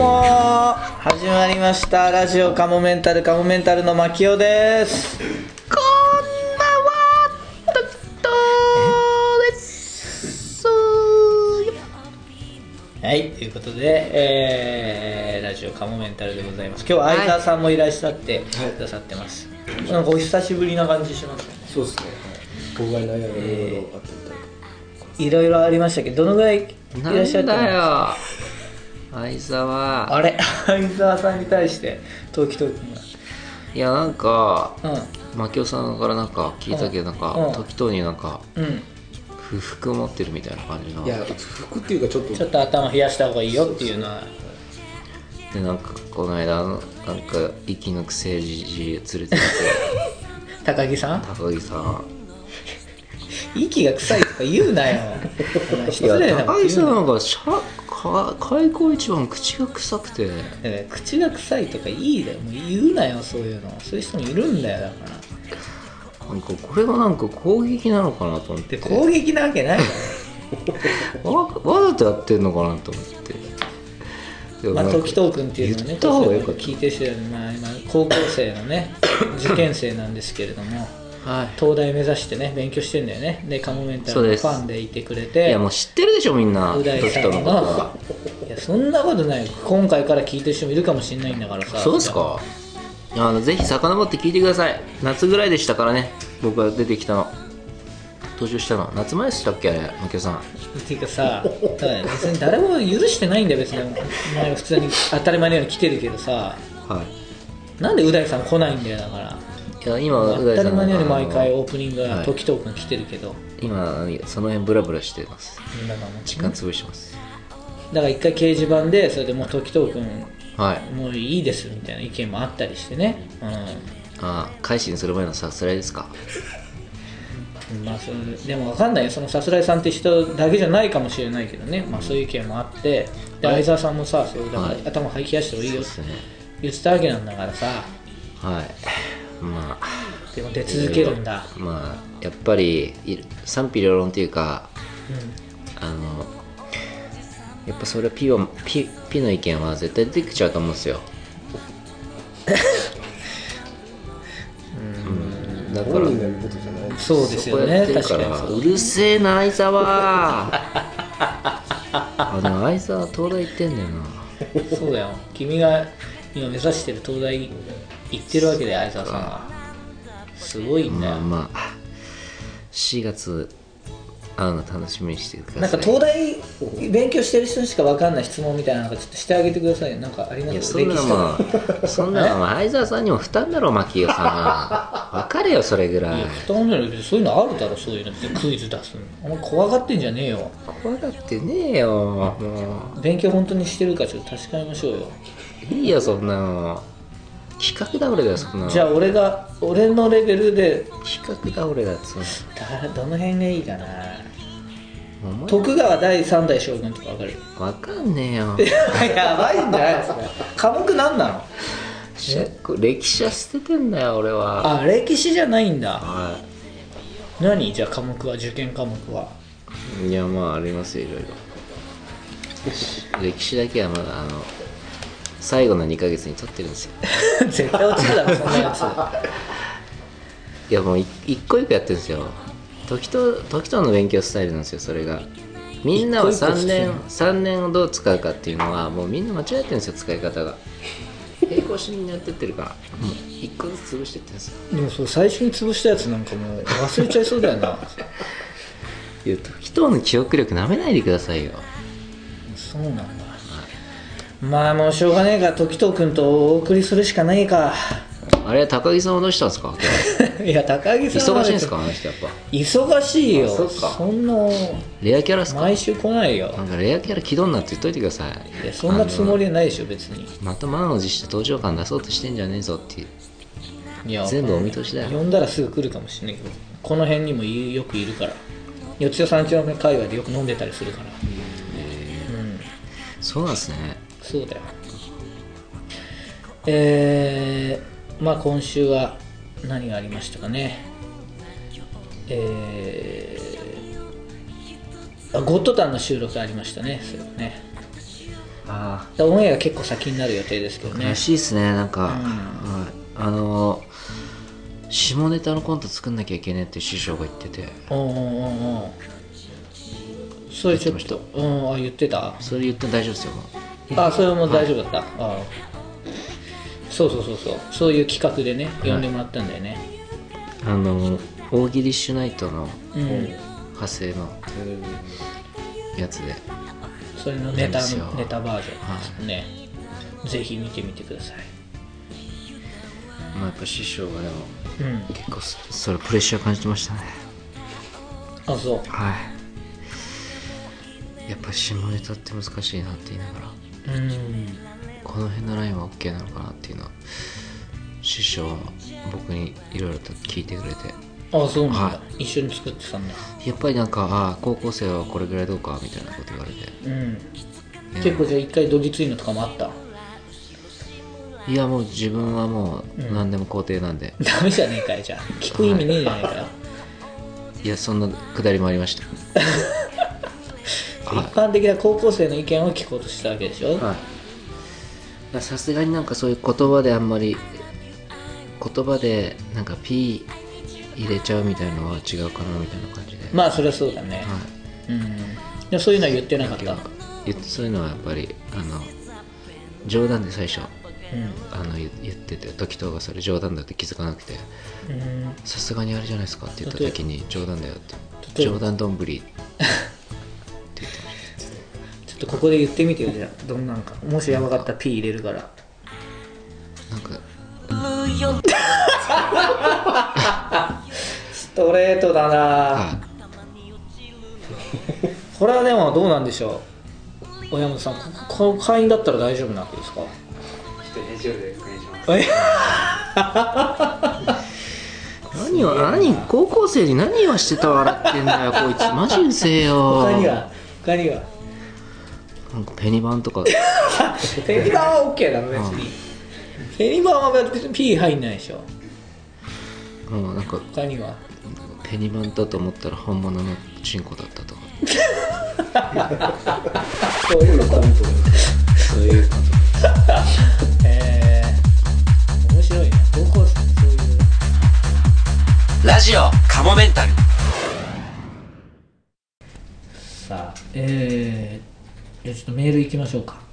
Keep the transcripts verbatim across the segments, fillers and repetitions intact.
も始まりましたラジオカモメンタルカモメンタルの牧雄です。 こんばんは、トキトです。 はい、ということで、えー、ラジオカモメンタルでございます。今日は相沢さんもいらっしゃってくださってます、はい、なんかお久しぶりな感じしますね。 そうですね、僕がいない間にいろいろあってみたいな、 いろいろありましたけど、どのぐらいいらっしゃってますか？ なんだよ相沢。 あれ相沢さんに対してトキトキがいやなんか、 うん、 牧雄さんからなんか聞いたけど、なんか、 うん、 時とになんか、 うん、 不服持ってるみたいな感じの。 いや服っていうかちょっとちょっと頭冷やした方がいいよっていうのは。 でなんかこの間なんか息のくせえじじ連れてきて高木さん高木さん息が臭いとか言うなよ失礼なこと言うな。 高木さんなんかしゃか開口一番口が臭くて、 えー、口が臭いとかいいだよ、もう言うなよ、そういうの。そういう人もいるんだよ。だからなんかこれがなんか攻撃なのかなと思って。 攻撃なわけないだろわ, わざとやってんのかなと思って。 まあ、時藤君っていうのはね、聞いてる人は、まあ、今高校生のね受験生なんですけれども、はい、東大目指してね勉強してんだよね。でカモメンタルのファンでいてくれて、 いやもう知ってるでしょみんな。 う大さんのいやそんなことない。今回から聞いてる人もいるかもしれないんだからさ。 そうですか。あのぜひ遡って聞いてください。夏ぐらいでしたからね、僕が出てきたの、登場したの夏前でしたっけ、牧雄さん。 っていうかさ、別に誰も許してないんだよ。別にお前は普通に当たり前のように来てるけどさ、はい、なんでう大さん来ないんだよ。だからいや今当たり前のように毎回オープニングが時藤君来てるけど、はい、 今その辺ブラブラしてます。時間潰してます。 だから一回掲示板でそれでもう時藤君、 はい、 もういいですみたいな意見もあったりしてね、うん、 ああ改心する前のさすらいですか。 まあ、それでも分かんないよ、そのさすらいさんって人だけじゃないかもしれないけどね、まあ、そういう意見もあって、で相沢さんもさ、そうだから、はい、頭冷やした方がいいよって言ってたわけなんだからさ、はい、まあでも出続けるんだ。 まあやっぱり賛否両論っていうか、うん、あのやっぱそれは P, は P, P の意見は絶対出てきちゃうと思うんですようん、 だからそうですよね。 確かにうるせえな相沢あの相沢東大行ってんだよなそうだよ、君が今目指してる東大行ってるわけで相沢さんはすごいんだよ。 まあまあしがつ会うの楽しみにしてください。 なんか東大勉強してる人にしか分かんない質問みたいなのがちょっとしてあげてくださいよ。なんかありますか？ いやそんなもんそんなもん相沢さんにも負担だろ牧雄さんは分かれよそれぐらい。いや負担だろ、そういうのあるだろ。そういうのってクイズ出すのお前怖がってんじゃねえよ。 怖がってねえよ。もう勉強本当にしてるかちょっと確かめましょうよ。 いいよそんなの企画倒れだよそんなの。 じゃあ俺が俺のレベルで企画倒れだよそのだどの辺がいいかな。徳川第三代将軍とか分かる？ 分かんねえよやばいんじゃないですか。科目何なの？ 歴史は捨ててんだよ俺は。 あ、歴史じゃないんだ。 はい。 何じゃあ科目は、受験科目は。 いやまあありますよいろいろ歴史だけはまだあの最後のにかげつに取ってるんですよ絶対落ちるだろそんなやついやもう一個一個やってるんですよ。時と時との勉強スタイルなんですよそれが。みんなはさんねんさんねんをどう使うかっていうのはもうみんな間違えてるんですよ使い方が。並行してみんなやってってるからもういっこずつ潰してってるんですよ。 でもそれ最初に潰したやつなんかもう忘れちゃいそうだよな。 いや時との記憶力なめないでくださいよ。 そうなんだ、はい、まあもうしょうがねえから時藤君とお送りするしかないか。 あれ高木さんはどうしたんですかいや高木さんは忙しいんですかあの人やっぱ。 忙しいよ。そ, そんなレアキャラっすか。 毎週来ないよ。 なんかレアキャラ気取んなって言っといてください。 いやそんなつもりはないでしょ別に。 また満を持して登場感出そうとしてんじゃねえぞっていう。いや全部お見通しだよ。 呼んだらすぐ来るかもしれないけどこの辺にもよくいるから。四谷三丁目界隈でよく飲んでたりするから。 へー、うん、そうなんですね。 そうだよ。えー、まあ今週は何がありましたかね。えー、あゴッドタンの収録ありましたね。それね。 あでオンエアが結構先になる予定ですけどね。 らしいですね。なんか、 うんはい、あの下ネタのコント作んなきゃいけねえって師匠が言ってて、 おんおんおんおんそれちょっとうんあ言ってた。 それ言って大丈夫ですよもう。 あそれも大丈夫だった、はい、あそうそうそうそうそういう企画でね呼んでもらったんだよね、 あの大喜利シュナイトのうん派生のやつで、 それのネタいいんですよのネタバージョンですね、ぜひ見てみてください。 まあやっぱ師匠がでもうん結構そそれプレッシャー感じてましたね。 あそうはいやっぱり下ネタって難しいなって言いながら、 うんこの辺のラインは OK なのかなっていうのは師匠は僕にいろいろと聞いてくれて、 あそうなんだ、 は一緒に作ってたんだ。 やっぱりなんかああ高校生はこれぐらいどうかみたいなこと言われて、 うん結構じゃあ一回どぎついのとかもあった。 いやもう自分はもううん何でも肯定なんで、 ダメじゃねえかよじゃあ聞く意味ねえじゃねえかよ、 いやそんなくだりもありました一般的な高校生の意見を聞こうとしたわけでしょ。 はいさすがになんかそういう言葉であんまり言葉でなんか P 入れちゃうみたいなのは違うかなみたいな感じで、 まあそりゃそうだね、 はうんでもそういうのは言ってなかった。 い、言ってそういうのはやっぱりあの冗談で最初あの言言ってて、時藤がそれ冗談だって気づかなくて、 うんうんさすがにあれじゃないですかって言った時に冗談だよって例えば冗談どんぶりって言ってましちょっとここで言ってみてよじゃあどんなんかもしやばかったら P 入れるから。 た。なんかストレートだな、 はこれはでもどうなんでしょう親本さん、ここの会員だったら大丈夫なわけですか。 ちょっとラジオで確認します。 い、何を何高校生に何をしてた笑ってんだよこいつマジうせえよ。 他には他にはなんかペニバンとかペニバンは OK だろ別に、ペニバンは別に P 入んないでしょ。 もうなんか他にはペニバンだと思ったら本物のチンコだったとかそういうことそういうえー、面白いね高校生のそういうラジオカモメンタル。 さあえー、じゃあちょっとメールいきましょうか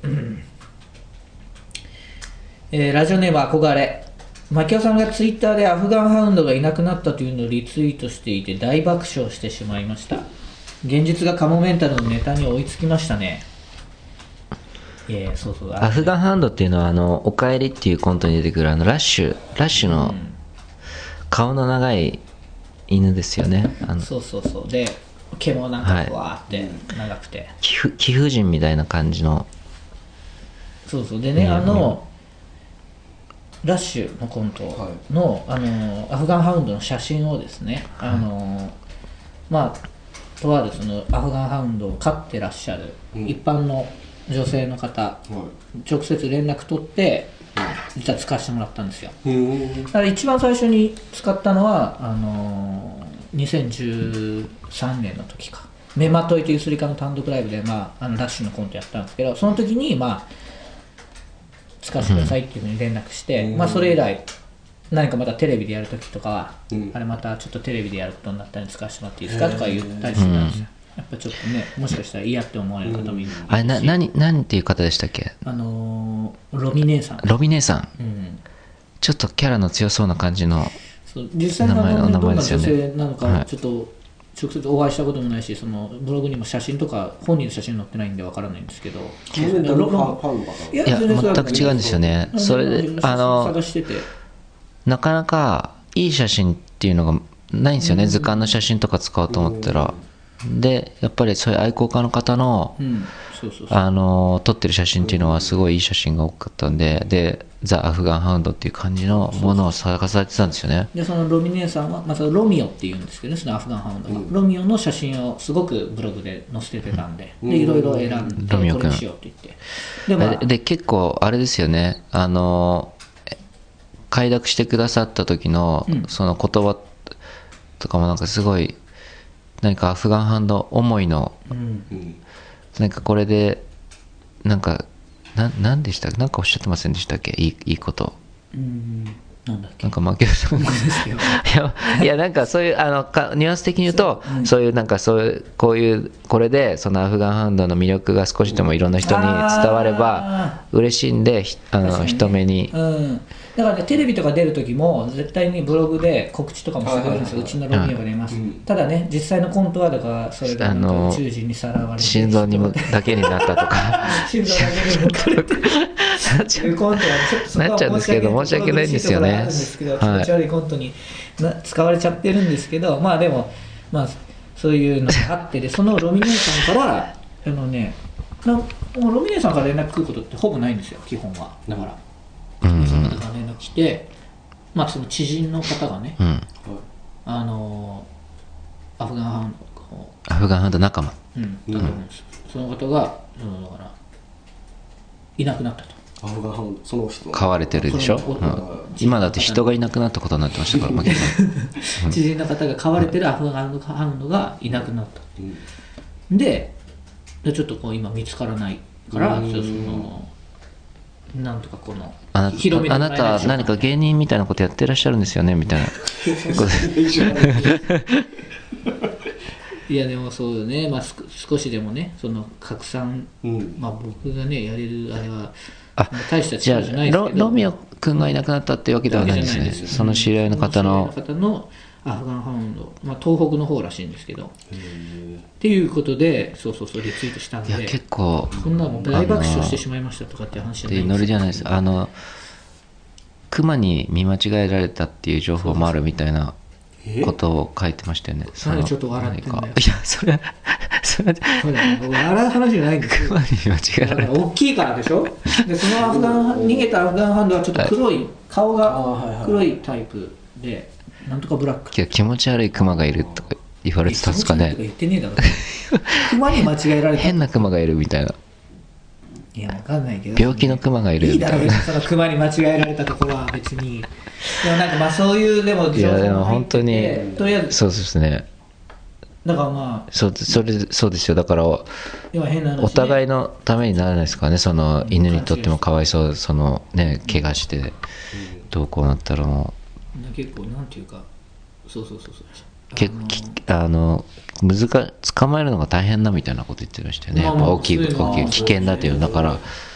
えー、ラジオネーム憧れ。牧雄さんがツイッターでアフガンハウンドがいなくなったというのをリツイートしていて大爆笑してしまいました。現実がカモメンタルのネタに追いつきましたね。いやいやそうそうアフガンハンドっていうのはあのおかえりっていうコントに出てくるあのラッシュラッシュの顔の長い犬ですよね。あのそうそうそうで毛もなんかこうわーって長くて、 貴婦貴婦人みたいな感じの。 そうそうでね、あのラッシュのコントの、あのアフガンハウンドの写真をですね、あのまあとあるそのアフガンハウンドを飼ってらっしゃる一般の女性の方、直接連絡取って実は使わせてもらったんですよ。だから一番最初に使ったのはあのにせんじゅうさんねんの時か、メマトイというスリカの単独ライブで、まあ、あのラッシュのコントやったんですけど、その時にまあ使わせてくださいっていうふうに連絡して、うん、まあそれ以来何かまたテレビでやる時とかは、うん、あれまたちょっとテレビでやることになったら使わせてもらっていいですかとか言ったりしてたんですよ、うん、やっぱちょっとねもしかしたら嫌って思われる方もいるし、うん、 あれな何何ていう方でしたっけ。 あのー、ロミ姉さんロミ姉さん、 うん、 ちょっとキャラの強そうな感じのそう実際の名前、ね、どんな女性なのかちょっと直接お会いしたこともないし、そのブログにも写真とか本人の写真載ってないんでわからないんですけど、 いや全く違うんですよね。それであの探しててなかなかいい写真っていうのがないんですよね、うん、図鑑の写真とか使おうと思ったら、うん、でやっぱりそういう愛好家の方の、うん、そうそうそうあの撮ってる写真っていうのはすごいいい写真が多かったんで、でザ・アフガンハウンドっていう感じのものを探されてたんですよね。 でそのロミネさんは、まあ、そのロミオっていうんですけどね、そのアフガンハウンドが、うん、ロミオの写真をすごくブログで載せてたんで、うん、でいろいろ選んで、うん、これにしようって言ってで、まあ、 で結構あれですよね、あの快諾してくださった時の、うん、その言葉とかもなんかすごい何かアフガンハウンド思いの、うん、なんかこれでなんかななんでしたなんかおっしゃってませんでしたっけ、いいいいこと。 うんなんだっけなんか負けさんいやいやなんかそういうあのかニュアンス的に言うとそう、うん、そういうなんかそういうこういうこれでそのアフガンハウンドの魅力が少しでもいろんな人に伝われば嬉しいんで、あの、ね、人目に、 うん、だからねテレビとか出る時も絶対にブログで告知とかもしてくれるんですよ。うちのロミオが出ます、うん、ただね実際のコントはだからそれがなんか宇宙人にさらわれて心臓にもだけになったとか心臓だけにもたれてなっちゃうんですけど申し訳ないんですよね。気持ち悪いコントにな使われちゃってるんですけど、まあでもまあそういうのがあってでそのロミネさんからあのねなもうロミネさんから連絡来ることってほぼないんですよ基本は。だからロミネさんから連絡来て、まあその知人の方がね、うん、あのアフガンハウンドアフガンハウンド仲間、 うん、だと思うんです、うん、その方がそのだからいなくなったと。 アフガンハウンドその人飼われてるでしょ、うん、今だって人がいなくなったことになってましたから知人の方が飼われてるアフガンハウンドがいなくなった、うん、でちょっとこう今見つからないから、うん、そのなんとかこのあな、あなた何か芸人みたいなことやってらっしゃるんですよねみたいないやでもそうね、まあ、少しでもねその拡散、うん、まあ僕がねやれるあれはあ大した力じゃないですけど、ロ, ロミオ君がいなくなったっていうわけではないんですね。すその知り合いの方の方のアフガンハウンド、まあ、東北の方らしいんですけどっていうことでそうそうそうリツイートしたんで、 いや結構そんなも大爆笑してしまいましたとかっていう話じゃないんですノリじゃないです。あのクマに見間違えられたっていう情報もあるみたいなことを書いてましたよね。 なんでちょっと笑ってんだよ。 いやそれはそれ笑う話じゃないんですよ。 クマに間違えられた。 大きいからでしょ。でそのアフガン逃げたアフガンハンドはちょっと黒い、はい、顔が黒いタイプでなんとかブラック。 いや気持ち悪いクマがいるとか言われてたんですかね。 言ってねえだろ。クマに間違えられた。 変なクマがいるみたいな。 いやわかんないけど病気のクマがいるみたいな。 いいだろそのクマに間違えられたところは別に。でもなんかまあそういうでもいやでも本当にとりあえずそうですね。 だからまあそうそれそうですよ。だからお互いのためにならないですかね。その犬にとってもかわいそうそのね怪我してどうこうなったらもう結構なんていうかそうそうそうそう結構あの難捕まえるのが大変だみたいなこと言ってましたよね。やっぱ大きい大きい危険だというだから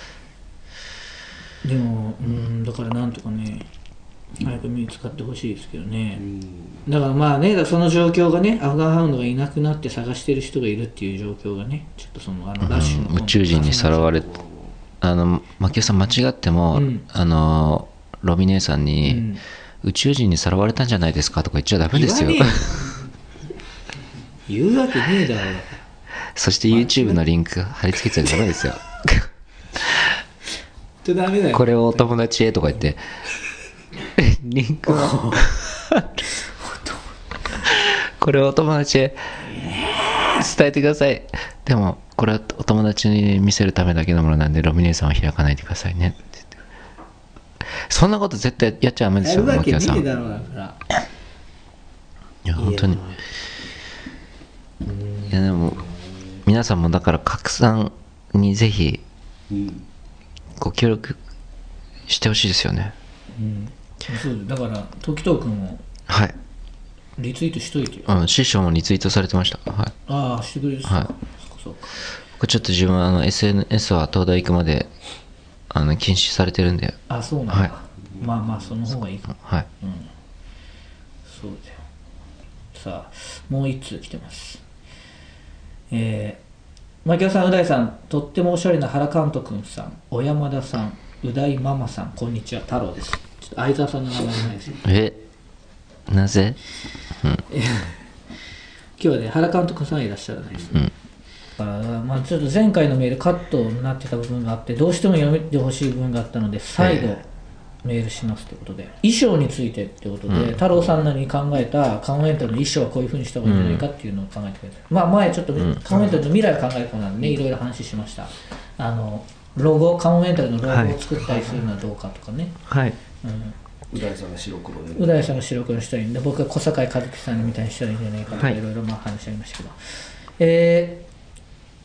でもうんだからなんとかね早く見つかってほしいですけどね。だからまあねその状況がねアフガンハウンドがいなくなって探してる人がいるっていう状況がねちょっとそのあのラッシュの、 うん、宇宙人にさらわれあの牧雄さん間違っても、うん、あのロビ姉さんに、うん、宇宙人にさらわれたんじゃないですかとか言っちゃダメですよ。 言うわけねえだろ。 そして YouTube のリンク貼り付けちゃダメですよ。 ダメだよ。 これをお友達へとか言ってリンクをこれをお友達へ伝えてください。でもこれはお友達に見せるためだけのものなんでロミネさんは開かないでくださいねって言ってそんなこと絶対やっちゃダメですよ。 やるわけねえだろだからいや本当にいやでも皆さんもだから拡散にぜひご協力してほしいですよね。 うんそうだから時藤君もはいリツイートしといてよ。 うん師匠もリツイートされてました。はいああしてくれるはい。そうか僕ちょっと自分はあの エスエヌエス は東大行くまであの禁止されてるんで。 あそうなんだ、はい、まあまあその方がいいかも。 はい、 うん、そうだよ。さあもう一通来てます。えー、牧雄さんう大さんとってもおしゃれな原監督さん小山田さんう大ママさんこんにちは太郎です。ちょっと相沢さんの名前ないですよ。 えなぜ、うん、今日はね原監督さんいらっしゃらないですね、うん、だからまあちょっと前回のメールカットになってた部分があってどうしても読めてほしい部分があったので再度メールしますということで、衣装についてってことで、うん、太郎さんなりに考えたカモエンタルの衣装はこういう風にした方がいいんじゃないかっていうのを考えてくれて、うん、まあ前ちょっと、うん、カモメンタルの未来を考える方なんでねいろいろ話しました。あのロゴカモメンタルのロゴを作ったりするのはどうかとかね。 はい、 うんう大さんが白黒で、 う大さんが白黒にしたらいいんで僕は小坂井和樹さんみたいにしたらいいんじゃないかとかいろいろまあ話ありましたけど、え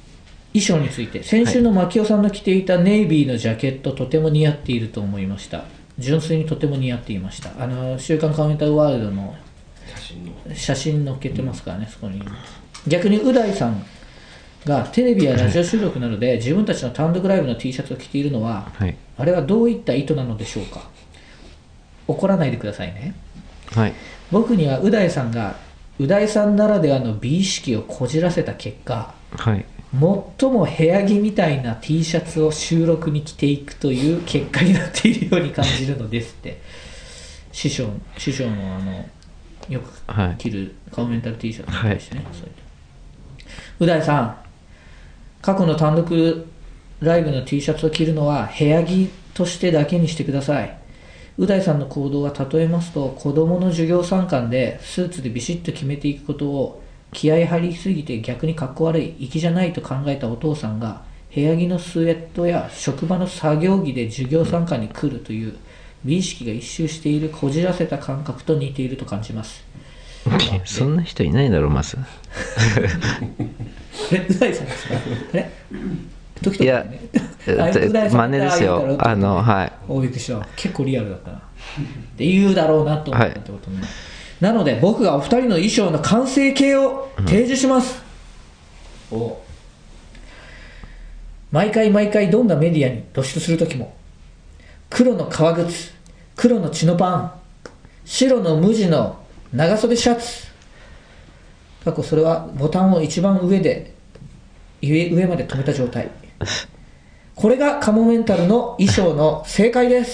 衣装について、先週の牧雄さんの着ていたネイビーのジャケット、とても似合っていると思いました。純粋にとても似合っていました。あの週刊カウンターワールドの写真載っけてますからね、そこに。逆にう大さんがテレビやラジオ収録などで自分たちの単独ライブの T シャツを着ているのは、はい、あれはどういった意図なのでしょうか。怒らないでくださいね。はい、僕にはう大さんがう大さんならではの美意識をこじらせた結果、はい、最も部屋着みたいな T シャツを収録に着ていくという結果になっているように感じるのですって師匠師匠のあのよく着るカウメンタル T シャツに対してね、はい、そういうう大さん、過去の単独ライブの T シャツを着るのは部屋着としてだけにしてください。う大さんの行動は例えますと、子供の授業参観でスーツでビシッと決めていくことを気合い張りすぎて逆にかっこ悪い、粋じゃないと考えたお父さんが部屋着のスウェットや職場の作業着で授業参観に来るという美意識が一周しているこじらせた感覚と似ていると感じます。 そんな人いないだろう、まず。 え、う大さんですか？え時々、ね、 いや真似ですよ。あの、はい。 大びっくりした。結構リアルだったな。って言うだろうなと思ったってことね。はい、なので僕がお二人の衣装の完成形を提示します。うん、お毎回毎回どんなメディアに露出するときも、黒の革靴、黒のチノパン、白の無地の長袖シャツ。過去それはボタンを一番上で上まで止めた状態。これがカモメンタルの衣装の正解です。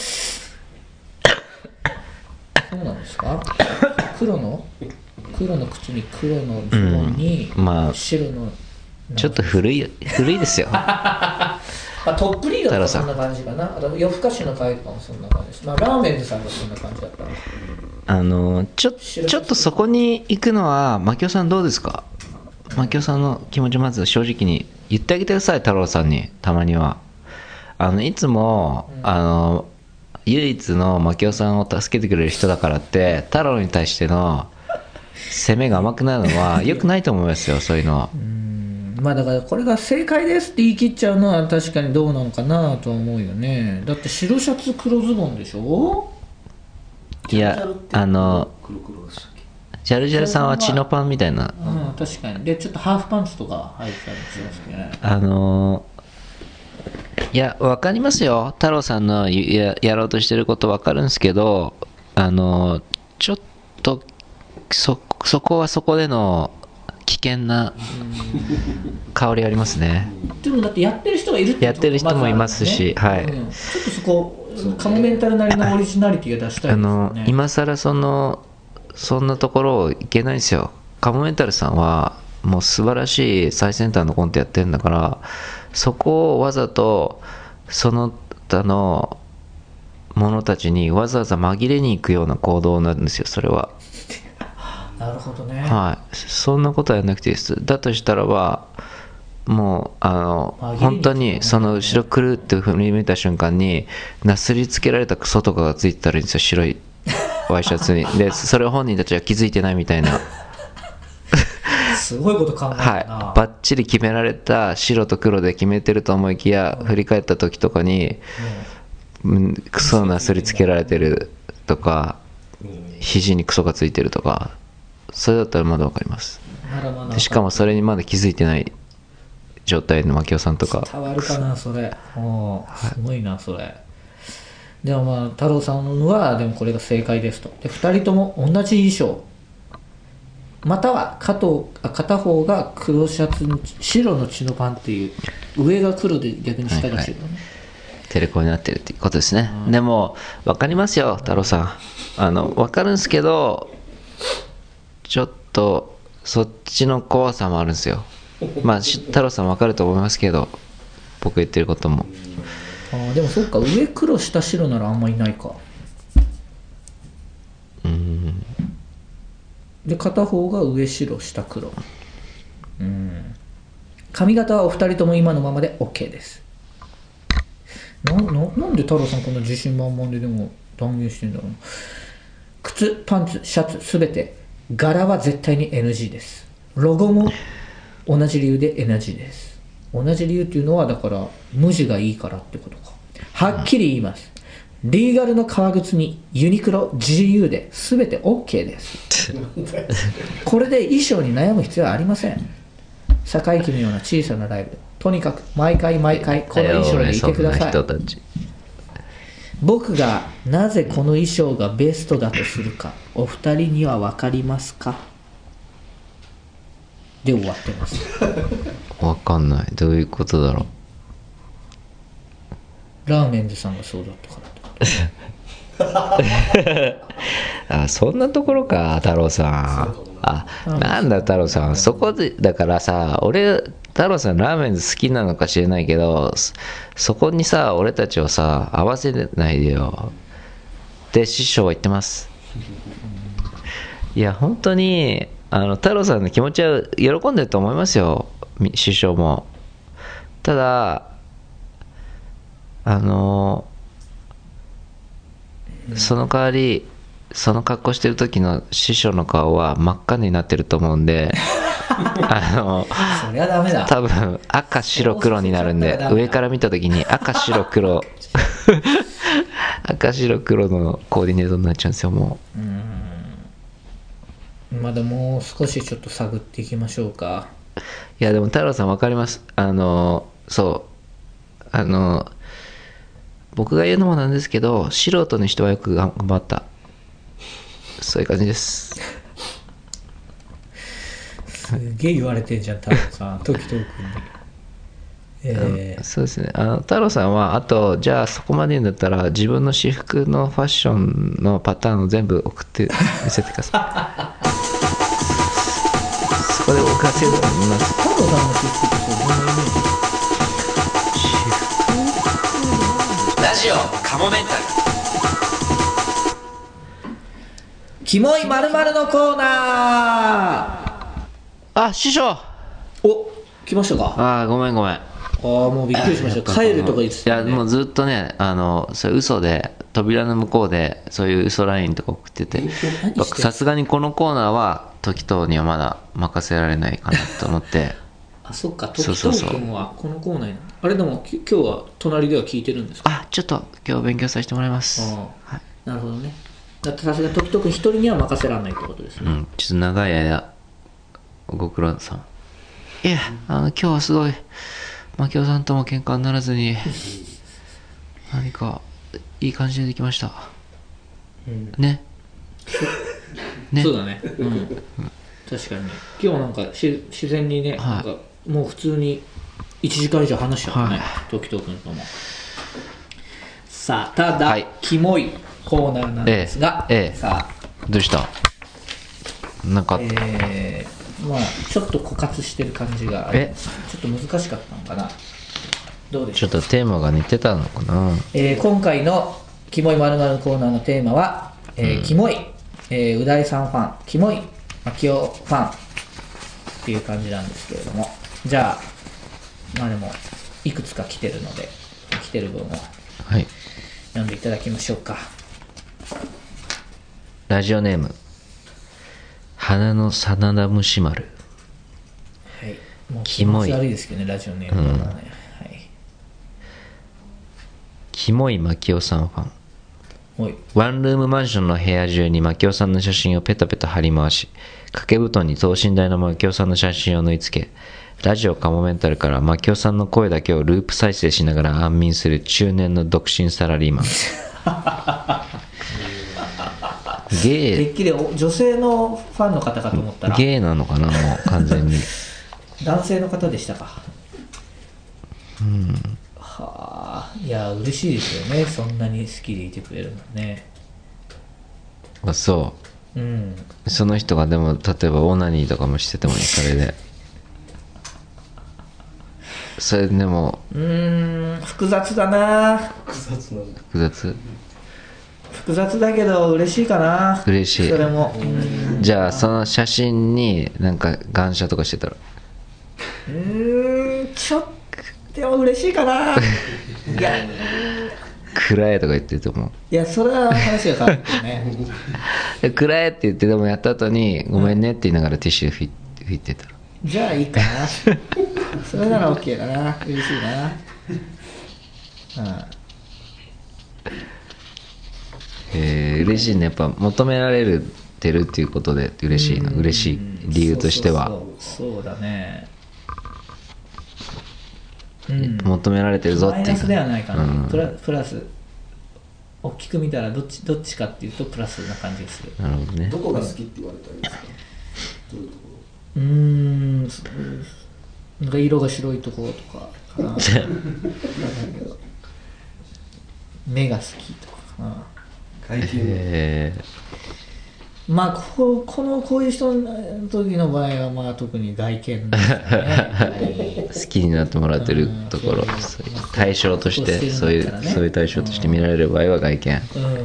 そうなんですか？黒の黒の靴に黒のズボンに、うん、まあ、白のちょっと古い古いですよ。 まあ、トップリーダーはそんな感じかな。あと夜更かしの会とかもそんな感じです。まあ、ラーメンズさんがそんな感じだった。 あのちょちょっとそこに行くのは牧雄さんどうですか？牧雄さんの気持ちまず正直に言ってあげてください。太郎さんにたまにはあのいつも、うん、あの唯一の牧雄さんを助けてくれる人だからって太郎に対しての攻めが甘くなるのは良くないと思いますよ。そういうのは。うーん、まあだからこれが正解ですって言い切っちゃうのは確かにどうなのかなと思うよね。だって白シャツ黒ズボンでしょ。 いや、あのジャルジャルさんはチノパンみたいな、 うん、確かに。でちょっとハーフパンツとか入ってたりしますけどね。 あのいや分かりますよ、太郎さんの や, やろうとしてること分かるんですけど、あのちょっと そ, そこはそこでの危険な香りありますね。 でもだってやってる人がいるってやってる人もいますし、 まずあるんですね。はい、うん、ちょっとそこカモメンタルなりのオリジナリティが出したいですよね。あの今更そのそんなところをいけないんですよ。カモメンタルさんはもう素晴らしい最先端のコントやってるんだから、そこをわざとその他の者たちにわざわざ紛れに行くような行動なんですよ、それは。 なるほどね。 はい、そんなことはやらなくていいです。だとしたらばもうあの本当にその後ろ来るって振り向いた瞬間になすりつけられたクソとかがついてたらいいんですよ、白いワイシャツに。でそれを本人たちは気づいてないみたいな。 すごいこと考えたな。 はい、バッチリ決められた白と黒で決めてると思いきや、うん、振り返った時とかに、うん、クソなすりつけられてるとか、うん、肘にクソがついてるとか、それだったらまだ分かります。でしかもそれにまだ気づいてない状態の牧雄さんとか。 伝わるかなそれ。おすごいなそれ。でもまあ太郎さんはでもこれが正解ですと。でふたりとも同じ衣装、または片片方が黒シャツに白のチノパンっていう、上が黒で逆に下が白ね、はいはい、 テレコになってるっていうことですね。でも分かりますよ太郎さん、あの分かるんですけど、ちょっとそっちの怖さもあるんですよ。まあ太郎さん分かると思いますけど、僕言ってることも。 あでもそっか、上黒下白ならあんまりないか。 うーんで片方が上白下黒。うん、髪型はお二人とも今のままで OK です。 な, な, なんで太郎さんこんな自信満々ででも断言してんだろう。靴パンツシャツすべて柄は絶対に エヌジー です。ロゴも同じ理由で エヌジー です。 同じ理由っていうのはだから無地がいいからってことか。はっきり言います、うん、リーガルの革靴にユニクロ ジーユー で全て OK ですこれで衣装に悩む必要はありません。坂井貴のような小さなライブでとにかく毎回毎回この衣装でいてください。僕がなぜこの衣装がベストだとするかお二人には分かりますかで終わってます。 分かんない。どういうことだろう。ラーメンズさんがそうだったからとあ、そんなところか太郎さん。あ、なんだ太郎さん、そこでだからさ、俺太郎さんラーメンズ好きなのか知れないけど、そこにさ俺たちをさ合わせないでよって師匠は言ってます。いや本当にあの太郎さんの気持ちは喜んでると思いますよ、師匠も。ただあのその代わりその格好してる時の師匠の顔は真っ赤になってると思うんであのそりゃダメだ。 多分赤白黒になるんで、上から見た時に赤白黒赤白黒のコーディネートになっちゃうんですよ。もう、うーん、まだもう少しちょっと探っていきましょうか。 いやでも太郎さん分かります。あのそうあの僕が言うのもなんですけど、素人の人はよく頑張った、そういう感じです。 すげえ言われてんじゃん太郎さん、時藤君に。えー、 そうですね。あの太郎さんはあとじゃあそこまで言うんだったら自分の私服のファッションのパターンを全部送って見せてください。そこで僕はせずに見ます。 太郎さんの私服ってどんなイメージ？ ラジオカモメンタルキモい〇〇のコーナー。 あ、師匠。 お、来ましたか。 あー、ごめんごめん。 ああ、もうびっくりしました。帰るとか言ってた、ね、 いやもうずっとね、あのそれ嘘で扉の向こうでそういう嘘ラインとか送ってて、さすがにこのコーナーは時藤にはまだ任せられないかなと思ってあ、そっか、時藤君はこのコーナーにあれでも今日は隣では聞いてるんですか。 あ、ちょっと今日勉強させてもらいます。 あ、はい、なるほどね。だってさすが時藤君一人には任せられないってことですね。 うん、ちょっと長い間ご苦労さん。いや、あの今日はすごい牧雄さんとも喧嘩にならずに何かいい感じでできました、うん、ねね、そうだね、うん、うん、確かに今日なんかし自然にね、はい、なんかもう普通にいちじかん以上話しちゃったね、はい、時藤君とも。さあただ、はい、キモいコーナーなんですが、 ええええ、 さあどうしたなんか、 えーまあ、ちょっと枯渇してる感じがある。ちょっと難しかったのかな。どうでしょう。 ちょっとテーマが似てたのかな。 えー、今回のキモい〇〇コーナーのテーマは、えーうん、キモい、えー、う大さんファン、キモい牧雄ファンっていう感じなんですけれども、じゃあまあでもいくつか来てるので来てる分を読んでいただきましょうか。はい、 ラジオネーム花の真田虫丸。 はい、もう気持ち悪いですけどね、ラジオネームはね、うん、はい、 キモい牧雄さんファン。ワンルームマンションの部屋中に牧雄さんの写真をペタペタ貼り回し、掛け布団に等身大の牧雄さんの写真を縫い付け、ラジオカモメンタルから牧雄さんの声だけをループ再生しながら安眠する中年の独身サラリーマン。ゲー、 てっきり女性のファンの方かと思ったらゲーなのかな、もう完全に男性の方でしたか。 うん、 はあ、いや嬉しいですよね、そんなに好きでいてくれるのね。 あ、そう、 うん、 その人がでも例えばオナニーとかもしててもいい、それでそれでもうーん、複雑だな。 複雑なんだ。 複雑複雑だけど嬉しいかな。 嬉しい。 それもじゃあその写真になんか感謝とかしてたら、 うーん、ちょっとでも嬉しいかな。いや暗えとか言ってると思う。 いや、それは話が変わるけどね。 暗えって言ってでもやった後にごめんねって言いながらティッシュ拭い、拭いてたら、 じゃあいいかなそれなら OK だな、嬉しいな。うんえー、嬉しいね。やっぱ求められてるっていうことで嬉しいな。嬉しい理由としては、 そうそうそう、そうだね、うん、 求められてるぞっていうマイナスではないかな、 うんプラプラス大きく見たらどっちどっちかっていうとプラスな感じがする。 なるほどね。 どこが好きって言われたらいいですか？どういうとこうーん、そなんか色が白いところとかかな目が好きとかかな。 ろ？外見えまあここのこういう人の時の場合はまあ特に外見ですねー、好きになってもらってるところ、 うんそういう対象としてそうそういうしてるんだったらねそういう対象として見られる場合は外見。 うん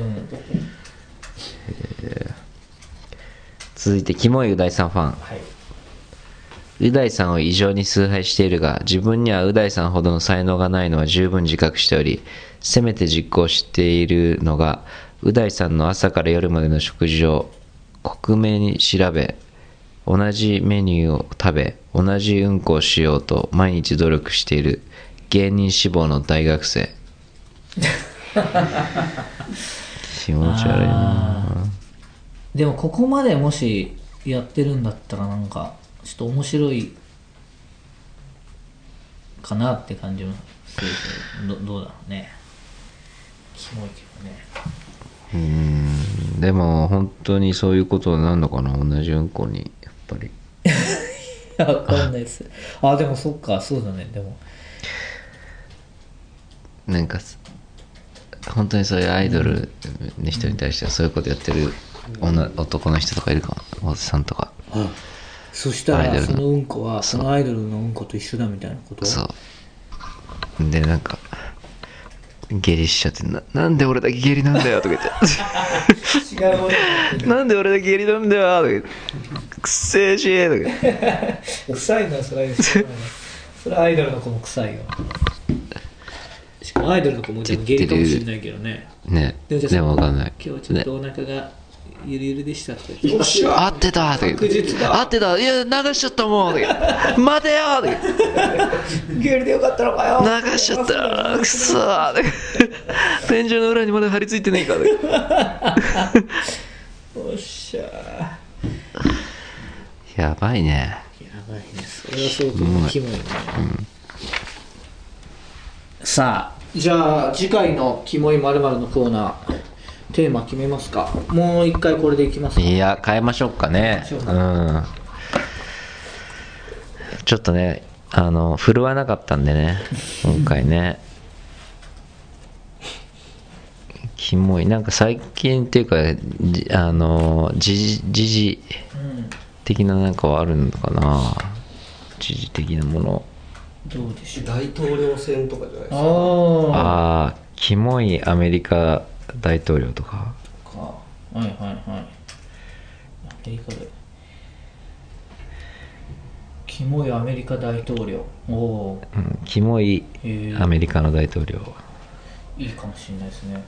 続いてキモいう大さんファン。 はい、 う大さんを異常に崇拝しているが、自分にはう大さんほどの才能がないのは十分自覚しており、せめて実行しているのがう大さんの朝から夜までの食事を克明に調べ、同じメニューを食べ、同じうんこをしようと毎日努力している芸人志望の大学生。気持ち悪いな。 でもここまでもしやってるんだったらなんかちょっと面白いかなって感じもするけど、どどうだろうね。キモいけどね。 うーん、でも本当にそういうことになるのかな、同じうんこにやっぱり。 わかんないです。あ、でもそっか、そうだね。でもなんか本当にそういうアイドルの人に対してはそういうことやってる女男の人とかいるかも、おじさんとか。 そしたアイドルのらそのうんこはそそうのアイドルのうんこと一緒だみたいなこと。 そうで、なんか下痢しちゃって、ななんで俺だけ下痢なんだよとか言って違うものなんで俺だけ下痢なんだよとか言って、くっせえしーとか言って臭いのはそれはそれはアイドルの子も臭いよ。しかもアイドルの子もでも下痢かもしれないけどね。 ね。 でもじゃあでもわかんない。 今日ちょっとお腹がゆるゆるでしたとか言って、 合ってたとか言って確実だ合ってた、いや流しちゃったもんとか言って待てよとか言ってゲルでよかったのかよ流しちゃったよくそーとか天井の裏にまだ張り付いてねえかとかおっしゃー、 やばいね。 やばいね、それは相当キモいね、うん、さあ、じゃあ次回のキモい〇〇のコーナーテーマ決めますか。もう一回これでいきますか。 いや変えましょうかね。 変えましょうかうんちょっとね、あの振るわなかったんでね今回ねキモい、なんか最近っていうかじあの時事時事的ななんかはあるのかな、時事的なもの。 どうでしょう。 大統領選とかじゃないですか。 あああ、キモいアメリカ大統領とか。 あか、はいはいはい。アメリカでキモいアメリカ大統領、おお、 うん、キモいへーアメリカの大統領。 いいかもしれないですね。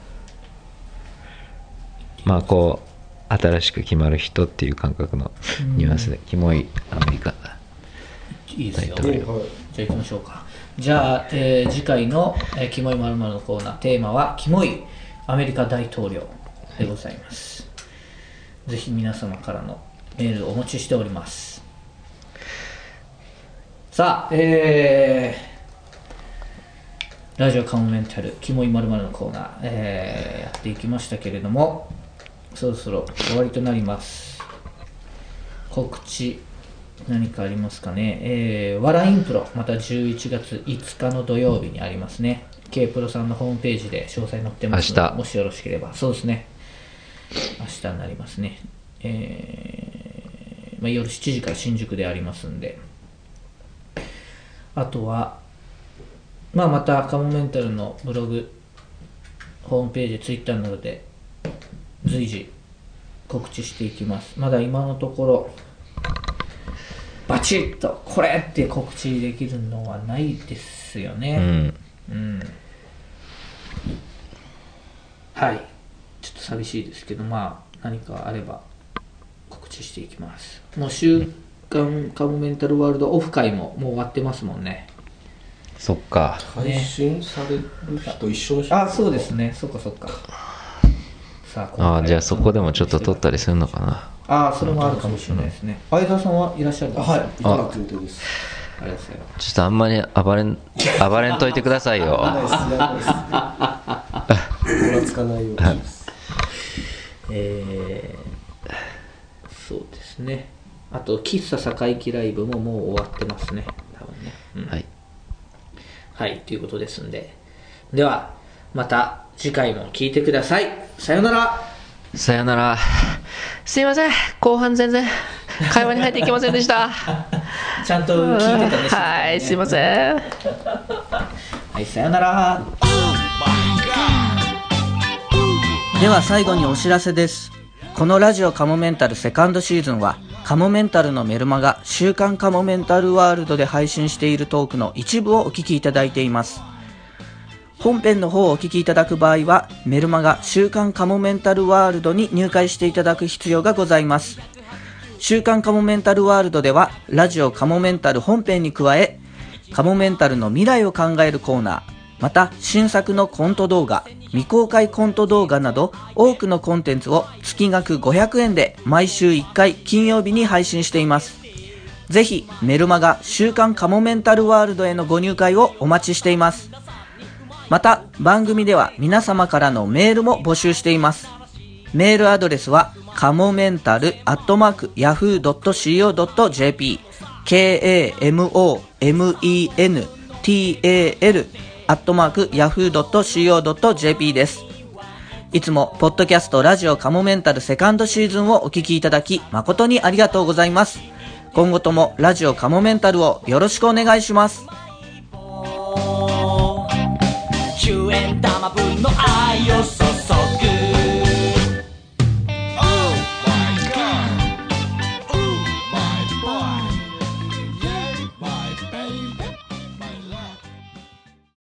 まあこう新しく決まる人っていう感覚のニュアンスで、キモいアメリカいいですよ。 大統領じゃあ行きましょうか。じゃあ、えー次回の、えーキモい〇〇のコーナーテーマはキモいアメリカ大統領でございます。ぜひ皆様からのメールをお待ちしております。さあ、えー、ラジオカモメンタルキモい〇〇のコーナー、えーやっていきましたけれども、そろそろ終わりとなります。告知何かありますかね。えー、わらインプロ、またじゅういちがついつかの土曜日にありますね。K プロさんのホームページで詳細載ってますので、 明日もしよろしければ。そうですね、明日になりますね。えーまあ、夜しちじから新宿でありますんで、あとは、まあ、またカモメンタルのブログ、ホームページ、ツイッターなどで随時告知していきます。まだ今のところバチッとこれって告知できるのはないですようね。 んうん、はい、ちょっと寂しいですけど、まあ何かあれば告知していきます。もう週刊カモメンタルワールドオフ会ももう終わってますもんね。 そっか。 配信される人一緒の人。 あ、そうですね。そっかそっか。さあ、 ああ、じゃあそこでもちょっと撮ったりするのかな。 ああ、それもあるかもしれないですね。相沢さんはいらっしゃるんですか？ はい、いただく予定です。 ありがとうございます。 ちょっとあんまり暴れん暴れんといてくださいよ。 ないです、ないです。こらつかないようです。 えー、そうですね。あと喫茶堺木ライブももう終わってますね、多分ね。うん、 はい。 はい、ということですんで、ではまた次回も聞いてください。さよなら。 さよなら。すいません、後半全然会話に入っていけませんでした。 ちゃんと聞いてたね。 はい、すいません。 はい、さよなら。では最後にお知らせです。このラジオカモメンタルセカンドシーズンは、カモメンタルのメルマガ週刊カモメンタルワールドで配信しているトークの一部をお聞きいただいています。本編の方をお聞きいただく場合は、メルマガ週刊カモメンタルワールドに入会していただく必要がございます。週刊カモメンタルワールドでは、ラジオカモメンタル本編に加え、カモメンタルの未来を考えるコーナー、また新作のコント動画、未公開コント動画など多くのコンテンツを月額ごひゃくえんで毎週いっかい金曜日に配信しています。ぜひメルマガ週刊カモメンタルワールドへのご入会をお待ちしています。また番組では皆様からのメールも募集しています。メールアドレスはカモメンタルアットマークヤフードットシーオードットジェーピー ケーエーエムオーエムイーエヌティーエーエル アットマークヤフードットシーオードットジェーピー です。いつもポッドキャストラジオカモメンタルセカンドシーズンをお聞きいただき誠にありがとうございます。今後ともラジオカモメンタルをよろしくお願いします。